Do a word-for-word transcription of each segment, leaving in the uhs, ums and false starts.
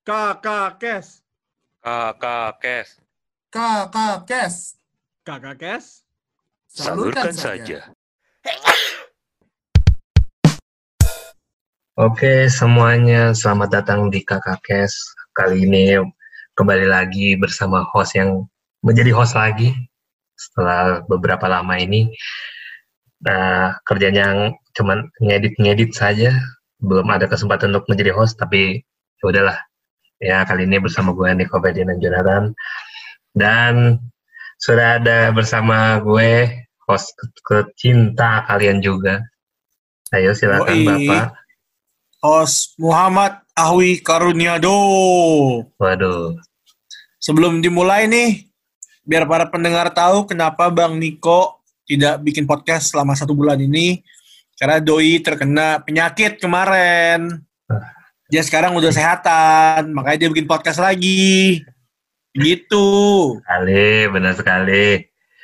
Kakak Kes. Kakak Kes. Kakak Kes. Kakak Kes. Salurkan saja. Oke semuanya, selamat datang di Kakak Kes. Kali ini kembali lagi bersama host yang menjadi host lagi setelah beberapa lama ini. Nah, kerjanya cuman ngedit-ngedit saja, belum ada kesempatan untuk menjadi host, tapi ya udahlah. Ya, kali ini bersama gue Niko Bedian dan Jonathan. Dan sudah ada bersama gue host kecinta kalian juga. Ayo silakan Yoi. Bapak. Host Muhammad Ahwi Karuniado. Waduh. Sebelum dimulai nih, biar para pendengar tahu kenapa Bang Niko tidak bikin podcast selama satu bulan ini. Karena Doi terkena penyakit kemarin. Dia sekarang udah sehatan, makanya dia bikin podcast lagi. Gitu. Sekali, benar sekali.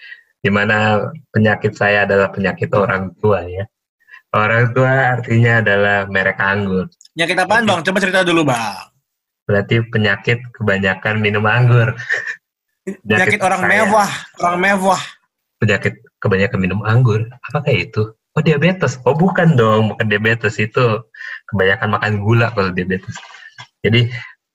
Dimana penyakit saya adalah penyakit orang tua ya. Orang tua artinya adalah merek anggur. Penyakit apaan Bang? Coba cerita dulu Bang. Berarti penyakit kebanyakan minum anggur. Penyakit orang saya. mewah, orang mewah. Penyakit kebanyakan minum anggur. Apakah itu? Oh diabetes. Oh bukan dong, bukan diabetes, itu kebanyakan makan gula kalau diabetes. Jadi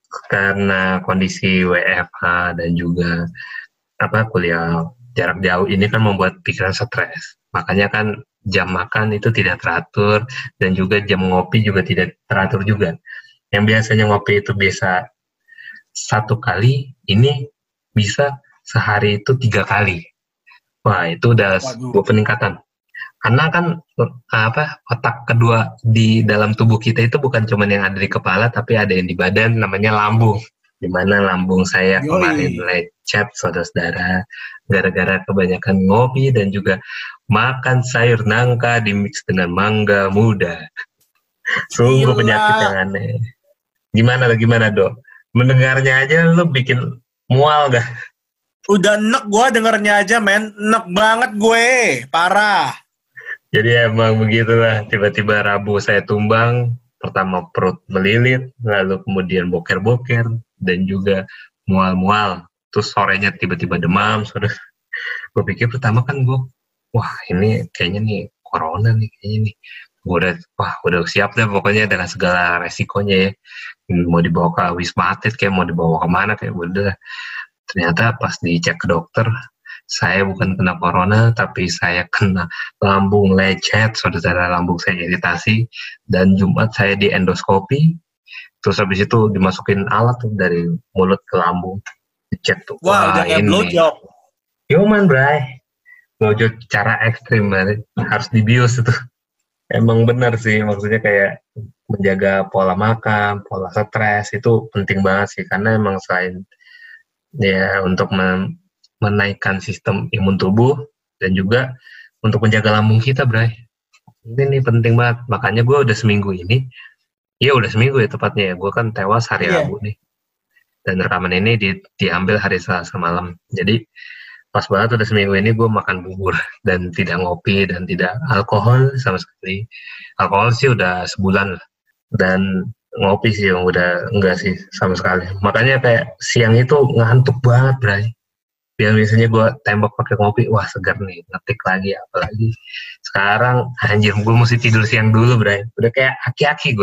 karena kondisi W F H dan juga apa kuliah jarak jauh ini kan membuat pikiran stres. Makanya kan jam makan itu tidak teratur dan juga jam ngopi juga tidak teratur juga. Yang biasanya ngopi itu bisa satu kali, ini bisa sehari itu tiga kali. Wah itu udah sebuah peningkatan. Karena kan apa otak kedua di dalam tubuh kita itu bukan cuma yang ada di kepala, tapi ada yang di badan, namanya lambung. Di mana lambung saya Yoi. Kemarin lecet, saudara-saudara, gara-gara kebanyakan ngopi dan juga makan sayur nangka dimix dengan mangga muda. Sungguh Gila. Penyakit yang aneh. Gimana gimana dok? Mendengarnya aja lu bikin mual gak? Udah enek gue dengernya aja men, enek banget gue, parah. Jadi emang begitulah, tiba-tiba Rabu saya tumbang, pertama perut melilit, lalu kemudian boker-boker, dan juga mual-mual. Terus sorenya tiba-tiba demam, saudara. Gue pikir pertama kan gue, wah ini kayaknya nih corona nih, kayaknya nih. Gue udah, wah udah siap deh pokoknya dengan segala resikonya ya. Mau dibawa ke Wisma Atlet, kayak mau dibawa kemana, kayak udah. Ternyata pas dicek ke dokter, saya bukan kena corona, tapi saya kena lambung lecet, saudara, lambung saya iritasi, dan Jumat saya di endoskopi, terus habis itu dimasukin alat tuh dari mulut ke lambung, dicek tuh. Wah, udah kayak blowjob. Human, bray. Blowjob cara ekstrim, bray. Harus dibius itu. Emang benar sih, maksudnya kayak menjaga pola makan, pola stres, itu penting banget sih, karena emang selain ya untuk men- menaikkan sistem imun tubuh dan juga untuk menjaga lambung kita, Bray. Ini nih penting banget. Makanya gue udah seminggu ini, iya udah seminggu ya tepatnya ya. Gue kan tewas hari yeah. Rabu nih. Dan rekaman ini di, diambil hari Selasa malam. Jadi pas banget udah seminggu ini gue makan bubur dan tidak ngopi dan tidak alkohol sama sekali. Alkohol sih udah sebulan lah. Dan ngopi sih yang udah enggak sih sama sekali. Makanya kayak siang itu ngantuk banget, Bray. Yang biasanya gue tembak pakai kopi, wah segar nih, ngetik lagi, apalagi sekarang anjir gue mesti tidur siang dulu, Bray. Udah kayak aki-aki gue.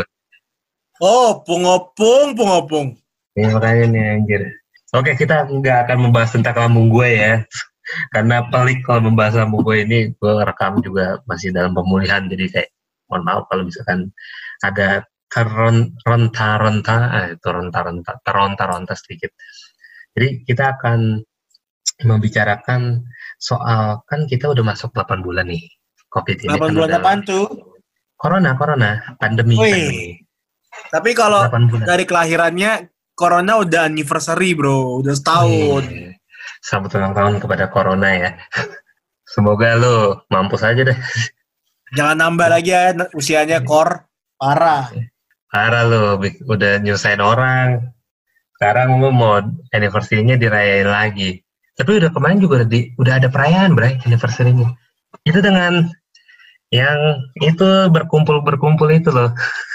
Oh, pungopung, pungopung. Ya, makanya nih anjir. Oke, kita nggak akan membahas tentang lambung gue ya, karena pelik kalau membahas lambung gue ini. Gue rekam juga masih dalam pemulihan, jadi kayak mohon maaf kalau misalkan ada teronta-ronta, eh, teronta-ronta, teronta-ronta sedikit. Jadi kita akan membicarakan soal, kan kita udah masuk delapan bulan nih COVID ini. delapan bulan apaan tuh? Corona, corona, pandemi. pandemi. Tapi kalau dari kelahirannya, corona udah anniversary bro, udah setahun. Wih, selamat ulang tahun kepada corona ya. Semoga lo mampus aja deh. Jangan nambah lagi ya usianya, Kor. Parah. Parah lo, udah nyusahin orang. Sekarang lo mau anniversary-nya dirayain lagi. Tapi udah kemarin juga udah, di, udah ada perayaan, Bray, anniversary-nya. Itu dengan yang itu berkumpul-berkumpul itu loh.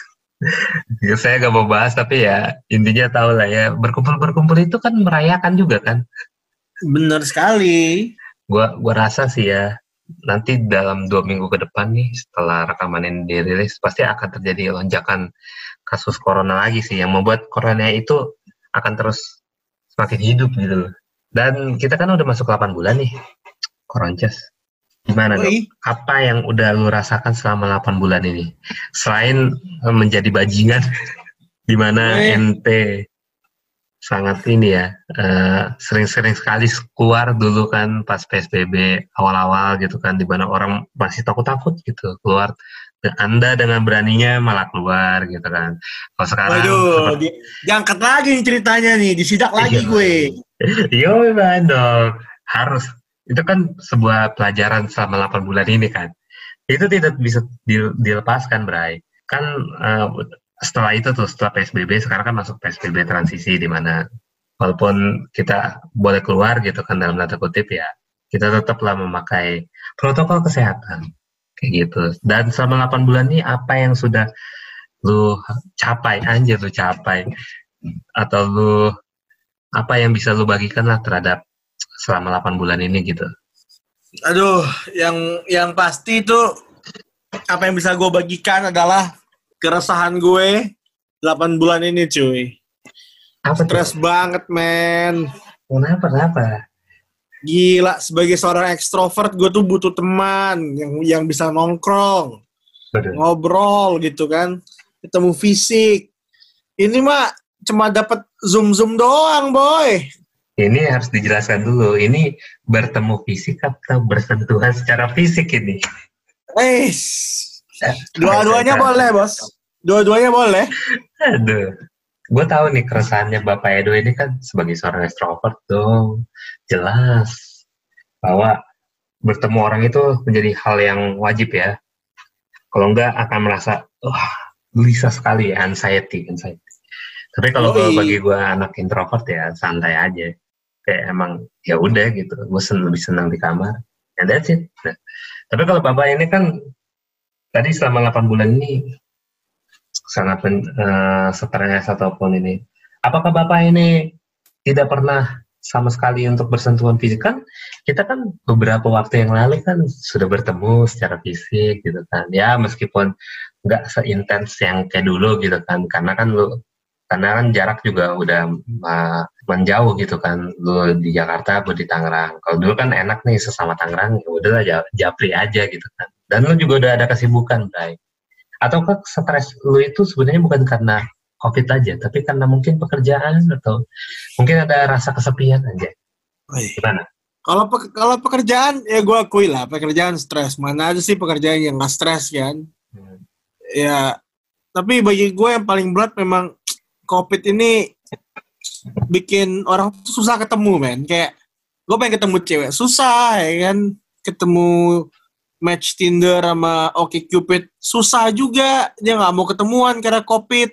Ya, saya nggak mau bahas, tapi ya intinya tahu lah ya, berkumpul-berkumpul itu kan merayakan juga kan. Bener sekali. Gua gua rasa sih ya, nanti dalam dua minggu ke depan nih, setelah rekaman ini dirilis, pasti akan terjadi lonjakan kasus corona lagi sih, yang membuat corona itu akan terus semakin hidup gitu loh. Dan kita kan udah masuk delapan bulan nih, Koroncas. Gimana dok? Oi. Apa yang udah lu rasakan selama delapan bulan ini? Selain eh, menjadi bajingan, di mana Oi. ente sangat ini ya, eh, sering-sering sekali keluar dulu kan pas P S B B awal-awal gitu kan, di mana orang masih takut-takut gitu keluar. Anda dengan beraninya malah keluar gitu kan. Kalau sekarang Waduh, seperti- di, diangkat lagi nih ceritanya nih, disidak lagi Iya. gue. Yo, memang dong. Harus. Itu kan sebuah pelajaran selama delapan bulan ini kan. Itu tidak bisa di- dilepaskan, Bray. Kan eh, setelah itu tuh, setelah P S B B, sekarang kan masuk P S B B transisi, di mana walaupun kita boleh keluar gitu kan dalam tanda kutip ya, kita tetaplah memakai protokol kesehatan. Kayak gitu. Dan selama delapan bulan ini, apa yang sudah lu capai, anjir lu capai, atau lu apa yang bisa lu bagikan lah terhadap selama delapan bulan ini gitu. Aduh, yang yang pasti itu apa yang bisa gue bagikan adalah keresahan gue delapan bulan ini, cuy. Apa tuh? Stres banget, men. Kenapa, kenapa? Gila, sebagai seorang ekstrovert, gue tuh butuh teman yang yang bisa nongkrong, Betul. ngobrol gitu kan, ketemu fisik. Ini mah cuma dapat zoom-zoom doang, boy. Ini harus dijelaskan dulu, ini bertemu fisik atau bersentuhan secara fisik ini? Eh, Eh, dua-duanya boleh, bos. Dua-duanya boleh. Aduh. Gue tahu nih keresahannya Bapak Edo ini kan sebagai seorang extrovert dong. Jelas bahwa bertemu orang itu menjadi hal yang wajib ya. Kalau enggak akan merasa, wah, gelisah sekali ya, anxiety, anxiety. Tapi kalau Yoi. bagi gue anak introvert ya santai aja. Kayak emang ya udah gitu, gue sen- lebih senang di kamar. And that's it. Nah, tapi kalau Bapak ini kan tadi selama delapan bulan ini sangat men, eh, stres ataupun ini. Apakah Bapak ini tidak pernah sama sekali untuk bersentuhan fisik? Kan kita kan beberapa waktu yang lalu kan sudah bertemu secara fisik gitu kan. Ya meskipun nggak seintens yang kayak dulu gitu kan, karena kan lu karena kan jarak juga udah uh, menjauh gitu kan, lu di Jakarta, gue di Tangerang. Kalau dulu kan enak nih sesama Tangerang, ya udahlah ja- japri aja gitu kan. Dan lu juga udah ada kesibukan, Bray. Ataukah stres lu itu sebenarnya bukan karena COVID aja, tapi karena mungkin pekerjaan atau mungkin ada rasa kesepian aja. Wih. Gimana? Kalau pe- kalau pekerjaan ya gue akui lah, pekerjaan stres. Mana ada sih pekerjaan yang nggak stres kan? Hmm. Ya, tapi bagi gue yang paling berat memang COVID ini bikin orang tuh susah ketemu, men. Kayak gue pengen ketemu cewek susah ya kan, ketemu match Tinder sama OkCupid susah juga, dia nggak mau ketemuan karena COVID.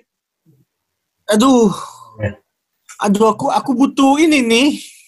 Aduh, aduh aku aku butuh ini nih,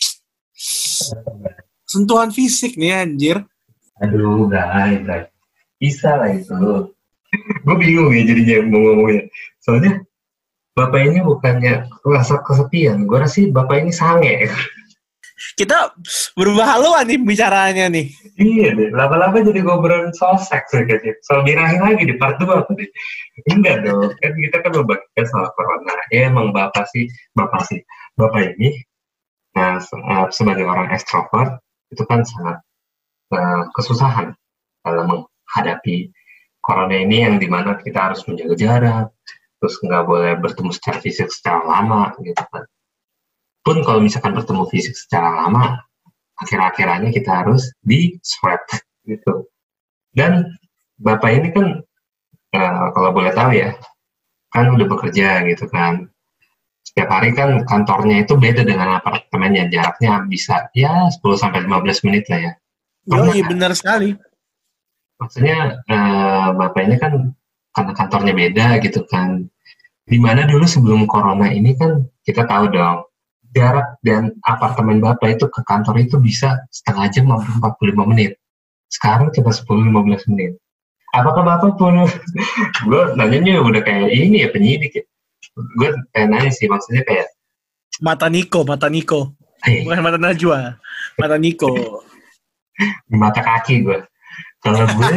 sentuhan fisik nih anjir. Aduh, Bray, Bray. Bisa lah itu. Gue bingung ya jadinya mau ngomongnya. Soalnya Bapak ini bukannya rasa kesepian, gue rasa sih Bapak ini sange. Kita berubah haluan nih bicaranya nih. Iya deh, lama-lama jadi ngobrol soal seks ya, kayaknya. Soal birahi lagi di part dua apa deh. Enggak dong, kan kita kan membagikan soal corona. Ya emang Bapak sih, Bapak sih, Bapak ini nah, se- uh, sebagai orang ekstrovert itu kan sangat uh, kesusahan dalam menghadapi corona ini, yang dimana kita harus menjaga jarak, terus nggak boleh bertemu secara fisik secara lama gitu kan. Pun kalau misalkan bertemu fisik secara lama, akhir-akhirannya kita harus di swab gitu. Dan Bapak ini kan eh, kalau boleh tahu ya, kan udah bekerja gitu kan. Setiap hari kan kantornya itu beda dengan apartemennya, jaraknya bisa ya sepuluh sampai lima belas menit lah ya. Yoi, benar sekali. Maksudnya eh, Bapak ini kan karena kantornya beda gitu kan. Dimana dulu sebelum corona ini kan kita tahu dong, jarak dan apartemen Bapak itu ke kantor itu bisa setengah jam maupun empat puluh lima menit. Sekarang cuma sepuluh sampai lima belas menit. apakah bapak pun gue nanyanya udah kayak ini ya penyidik ya. Gue kayak nanya sih maksudnya kayak Mata Niko, mata Niko. hey, Bukan mata Najwa. Mata Niko. mata kaki gue. Kalau gue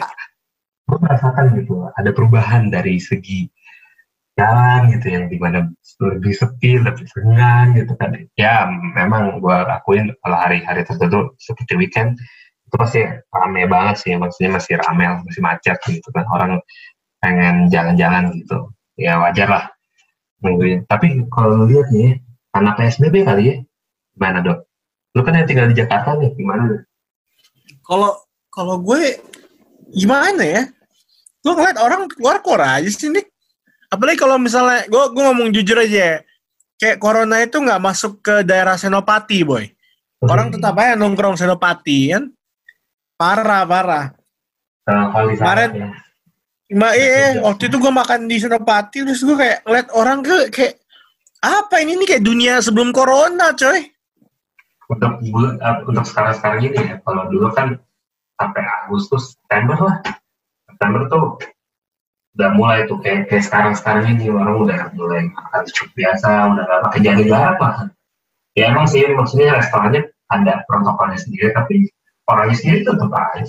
gue merasakan gitu ada perubahan dari segi jalan gitu yang dimana lebih sepi, lebih senang gitu kan. Ya memang gue akuin kalau hari-hari tertentu seperti weekend itu pasti rame banget sih, maksudnya masih rame, masih macet gitu kan, orang pengen jalan-jalan gitu. Ya wajar lah nungguin. Tapi kalau lu lihat nih, karena P S B B kali ya, gimana dok? Lu kan yang tinggal di Jakarta nih, gimana dok? Kalau kalau gue gimana ya? Gue ngeliat orang keluar keluar aja sih nih. Apalagi kalau misalnya gue gue ngomong jujur aja ya, kayak corona itu nggak masuk ke daerah Senopati boy. Orang tetap aja nongkrong Senopati kan. Parah parah. Uh, kalau di sana Kemarin ya. Ma, eh, waktu itu gue makan di Senopati, terus gue kayak ngeliat orang ke kayak apa ini nih kayak dunia sebelum corona coy. Untuk bulan, uh, untuk sekarang-sekarang ini ya, kalau dulu kan sampai Agustus, September lah. September tuh udah mulai tuh kayak, kayak sekarang-sekarang ini orang udah mulai makan cukup biasa, udah gak pakai jaga-jaga lah. Ya emang sih, maksudnya restorannya ada protokolnya sendiri, tapi orangnya sendiri tetap aja.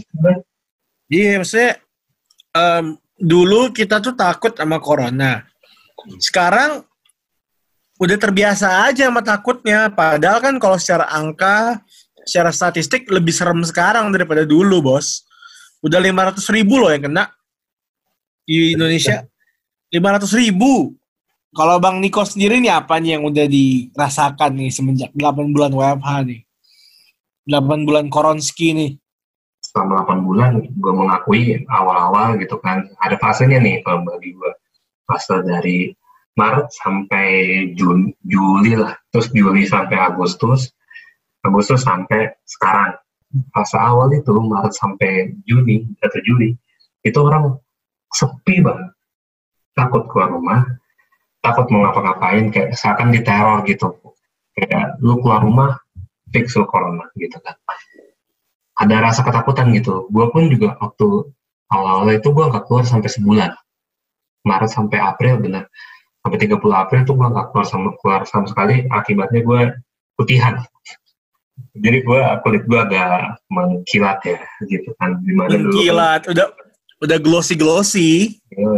Iya, maksudnya um, dulu kita tuh takut sama corona. Sekarang udah terbiasa aja sama takutnya. Padahal kan kalau secara angka, secara statistik lebih serem sekarang daripada dulu, bos. Udah lima ratus ribu loh yang kena di Indonesia. lima ratus ribu. Kalau Bang Niko sendiri nih apa nih yang udah dirasakan nih semenjak delapan bulan W F H nih? delapan bulan Koronski nih. Selama delapan bulan gue mengakui awal-awal gitu kan ada fasenya nih kalau bagi gue, fase dari Maret sampai Juni, Juli lah, terus Juli sampai Agustus, Agustus sampai sekarang. Fase awal itu Maret sampai Juni atau Juli itu orang sepi banget, takut keluar rumah, takut mau ngapa-ngapain, kayak seakan diteror gitu, kayak lu keluar rumah fix lu corona gitu kan. Ada rasa ketakutan gitu. Gue pun juga waktu awal-awal itu gue nggak keluar sampai sebulan. Maret sampai April benar. Sampai tiga puluh April tuh gue nggak keluar sama keluar sama sekali. Akibatnya gue putihan. Jadi gue kulit gue agak mengkilat ya gitu kan. Gimana dulu? Mengkilat, udah udah glossy glossy.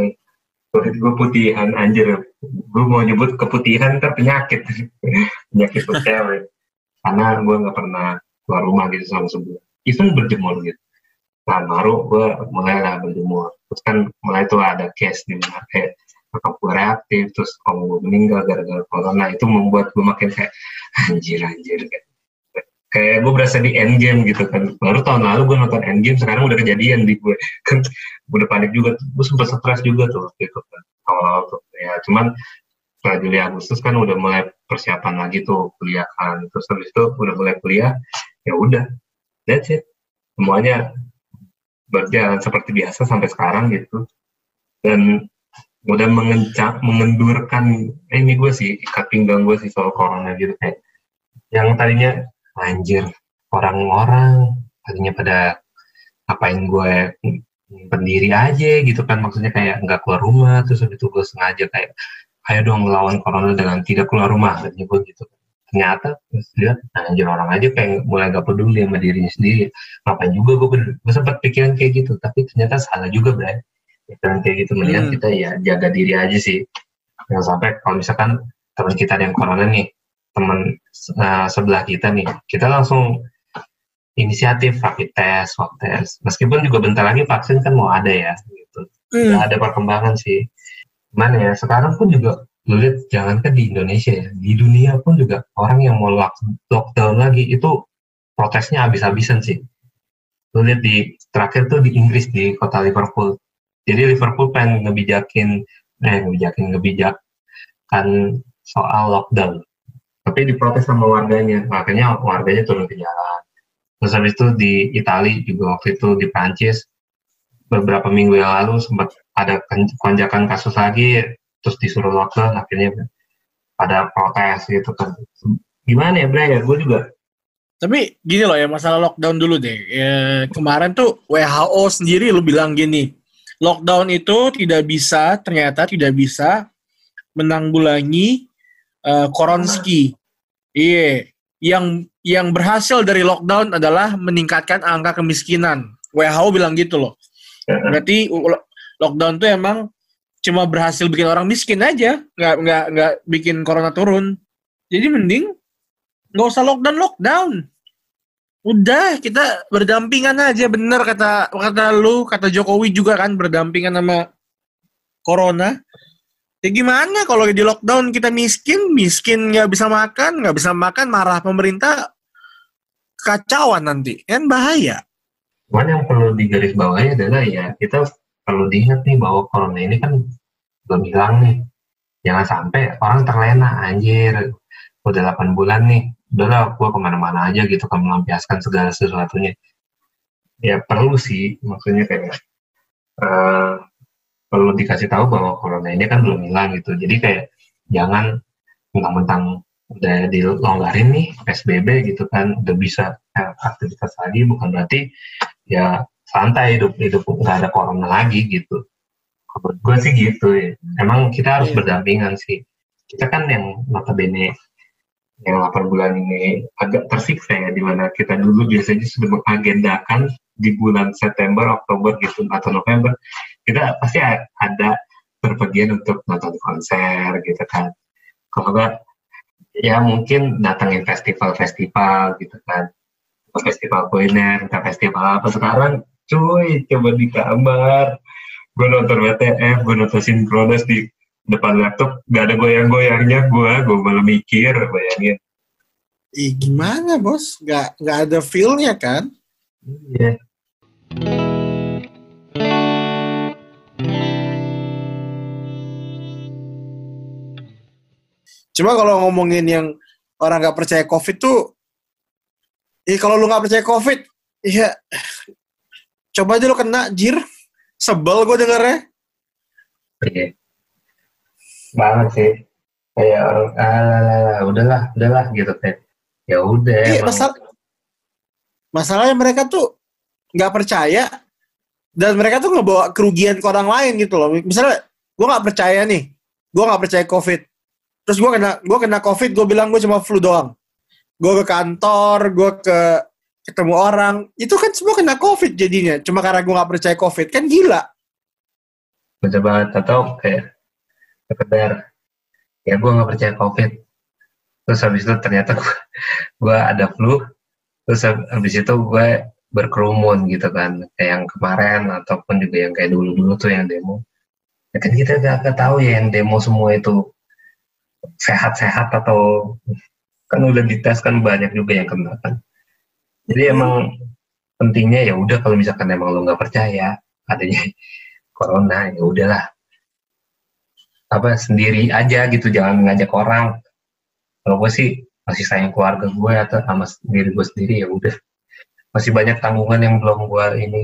Kulit gue putihan anjir. Gue mau nyebut keputihan ntar penyakit. Penyakit buat cewek. Karena gue nggak pernah keluar rumah gitu sama sebulan. Even berjemur gitu. Nah baru gue mulailah berjemur. Terus kan mulai tuh ada case di mana kayak kakak gue reaktif, terus om gue meninggal gara-gara corona. Itu membuat gue makin kayak anjir anjir kayak, kayak gue berasa di Endgame gitu kan. Baru tahun lalu gue nonton Endgame, sekarang udah kejadian di gue. Kan udah panik juga. Gue sempat stres juga tuh gitu kan. Awal-awal tuh ya cuman setelah Juli Agustus kan udah mulai persiapan lagi tuh kuliah kan. Terus habis itu udah mulai kuliah, ya udah. That's it. Semuanya berjalan seperti biasa sampai sekarang gitu. Dan udah mengencang, mengendurkan eh, ini gue sih, ikat pinggang gue sih soal corona gitu. Kayak yang tadinya anjir, orang-orang tadinya pada ngapain gue pendiri aja gitu kan. Maksudnya kayak nggak keluar rumah, terus habis itu gue sengaja kayak ayo dong melawan corona dengan tidak keluar rumah, katanya gue gitu. Ternyata terus lihat anjir orang aja kayak mulai gak peduli sama dirinya sendiri. Ngapain juga gue, gue sempat pikiran kayak gitu, tapi ternyata salah juga Bray. Pikiran kayak gitu, mendingan hmm. kita ya jaga diri aja sih. Jangan sampai kalau misalkan teman kita ada yang corona nih, teman uh, sebelah kita nih, kita langsung inisiatif rapid test, swab test. Meskipun juga bentar lagi vaksin kan mau ada ya, gitu. Hmm. Udah ada perkembangan sih. Gimana ya, sekarang pun juga lu lihat jangankan di Indonesia ya, di dunia pun juga orang yang mau lockdown lagi itu protesnya habis-habisan sih. Lu lihat di terakhir tuh di Inggris di kota Liverpool. Jadi Liverpool pengen ngebijakin, eh ngebijakin ngebijakkan soal lockdown. Tapi diprotes sama warganya, makanya warganya turun ke jalan. Terus habis itu di Italia juga waktu itu di Prancis beberapa minggu yang lalu sempat ada lonjakan kasus lagi. Terus disuruh lockdown, akhirnya pada protes gitu kan. Gimana ya Bray ya, gue juga Tapi gini loh ya, masalah lockdown dulu deh. Ya, kemarin tuh W H O sendiri lu bilang gini, lockdown itu tidak bisa, ternyata tidak bisa menanggulangi uh, Koronski. Iya, yang yang berhasil dari lockdown adalah meningkatkan angka kemiskinan. W H O bilang gitu loh. Berarti lockdown tuh emang cuma berhasil bikin orang miskin aja, nggak nggak nggak bikin corona turun. Jadi mending nggak usah lockdown lockdown. Udah kita berdampingan aja, bener kata kata lu, kata Jokowi juga kan berdampingan sama corona. Ya gimana kalau di lockdown kita miskin, miskin nggak bisa makan, nggak bisa makan marah pemerintah, kacauan nanti, kan bahaya. Cuman yang perlu digarisbawahi adalah ya kita perlu diingat nih bahwa corona ini kan belum hilang nih. Jangan sampai orang terlena, anjir, udah delapan bulan nih, udahlah gue kemana-mana aja gitu kan melampiaskan segala sesuatunya. Ya perlu sih, maksudnya kayak uh, perlu dikasih tahu bahwa corona ini kan belum hilang gitu. Jadi kayak jangan mentang-mentang udah dilonggarin nih P S B B gitu kan, udah bisa eh, aktivitas lagi, bukan berarti ya santai hidup hidup nggak ada corona lagi gitu. Menurut gue sih gitu ya. Emang kita harus berdampingan sih. Kita kan yang notabene yang delapan bulan ini agak tersiksa ya, dimana kita dulu biasanya sudah mengagendakan di bulan September, Oktober gitu atau November kita pasti ada berpergian untuk nonton konser gitu kan. Kalau nggak ya mungkin datangin festival-festival gitu kan, festival kuliner, entah festival apa. Sekarang cuy, coba di kamar gue nonton W T F, gue nonton Synchronize di depan laptop, gak ada goyang-goyangnya gue, gue malah mikir, bayangin. Ih, gimana bos? Gak, gak ada feel-nya kan? Iya. Cuma kalau ngomongin yang orang gak percaya COVID tuh, eh kalau lu gak percaya COVID, iya, coba aja lu kena, jir. Sebel gue dengernya. Iya. Banget sih. Kayak orang, ah, udahlah, udahlah gitu kayak. Ya udah. Iya, masalah, masalahnya mereka tuh nggak percaya dan mereka tuh ngebawa kerugian ke orang lain gitu loh. Misalnya, gue nggak percaya nih, gue nggak percaya COVID. Terus gue kena, gue kena COVID, gue bilang gue cuma flu doang. Gue ke kantor, gue ke ketemu orang, itu kan semua kena COVID jadinya. Cuma karena gue gak percaya COVID, kan gila. Bener banget, atau kayak sekedar, ya gue gak percaya COVID. Terus habis itu ternyata gue, gue ada flu, terus habis itu gue berkerumun gitu kan. Kayak yang kemarin, ataupun juga yang kayak dulu-dulu tuh yang demo. Ya kan kita gak tahu ya yang demo semua itu sehat-sehat atau kan udah dites kan banyak juga yang kena kan. Jadi emang pentingnya ya udah kalau misalkan emang lo nggak percaya adanya corona, ya udahlah apa sendiri aja gitu, jangan ngajak orang. Kalau gue sih masih sayang keluarga gue atau sama diri gue sendiri, ya udah masih banyak tanggungan yang belum gue ini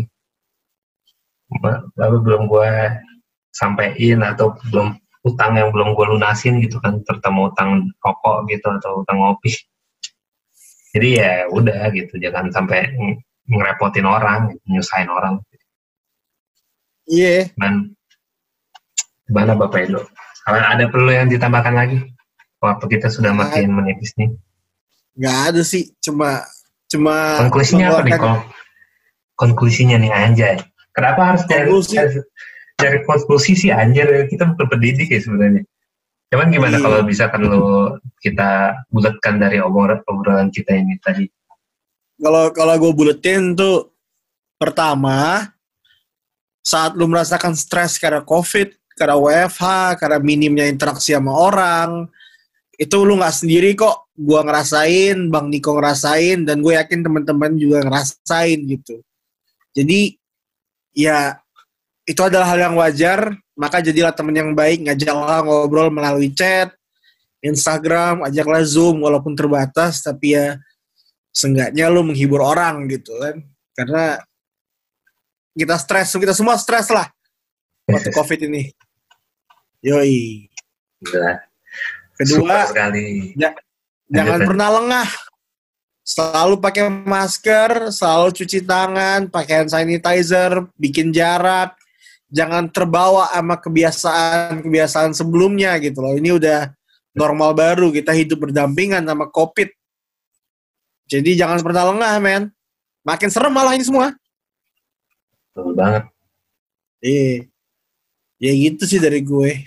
lalu belum gue sampein atau belum utang yang belum gue lunasin gitu kan, terutama utang rokok gitu atau utang ngopi. Jadi ya udah gitu, jangan sampai ngerepotin orang, nyusahin orang. Iya. Yeah. Dan gimana Bapak Edo? Ada perlu yang ditambahkan lagi? Waktu kita sudah makin menipis nih. Gak ada sih, cuma cuma. Konklusinya apa nih? Kon- konklusinya nih anjay. Kenapa harus cari cari konklusi sih anjir? Kita bukan pendidik ya sebenarnya. Cuman gimana iya. Kalau bisa kan lo kita bulatkan dari obrolan obrolan kita ini tadi? Kalau kalau gue buletin tuh, pertama, saat lo merasakan stres karena COVID, karena W F H, karena minimnya interaksi sama orang, itu lo nggak sendiri kok. Gue ngerasain, Bang Niko ngerasain, dan gue yakin teman-teman juga ngerasain gitu. Jadi ya itu adalah hal yang wajar. Maka jadilah teman yang baik, ngajaklah ngobrol melalui chat, Instagram, ajaklah Zoom walaupun terbatas, tapi ya seenggaknya lu menghibur orang gitu kan. Karena kita stres, kita semua stres lah waktu COVID ini. Yoi. Gila. Kedua, sekali. Ja- jangan Lanjut, pernah lengah. Selalu pakai masker, selalu cuci tangan, pakai hand sanitizer, bikin jarak. Jangan terbawa sama kebiasaan-kebiasaan sebelumnya gitu loh. Ini udah normal baru, kita hidup berdampingan sama COVID. Jadi jangan pernah lengah, men. Makin serem malah ini semua. Betul banget. Iya. Ya gitu sih dari gue.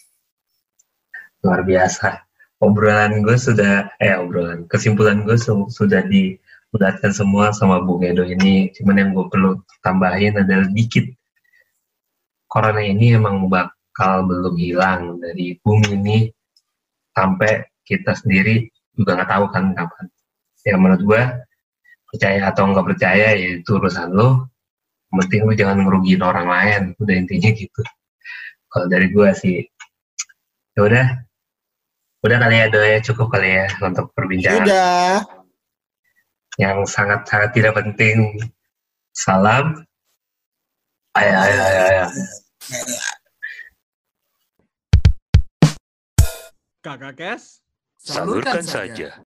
Luar biasa. Obrolan gue sudah, eh obrolan, kesimpulan gue su- sudah dibulatkan semua sama Bung Edo ini. Cuman yang gue perlu tambahin adalah dikit. Corona ini emang bakal belum hilang dari bumi ini sampai kita sendiri juga nggak tahu kan kapan. Ya menurut gue, percaya atau nggak percaya ya itu urusan lo. Yang penting lo jangan ngerugiin orang lain. Udah intinya gitu. Kalau dari gue sih, ya udah. Udah kali ya doa cukup kali ya untuk perbincangan Sudah. yang sangat-sangat tidak penting. Salam. Ayah, ayah, ayah, ayah. Kakak Kes. Salurkan saja.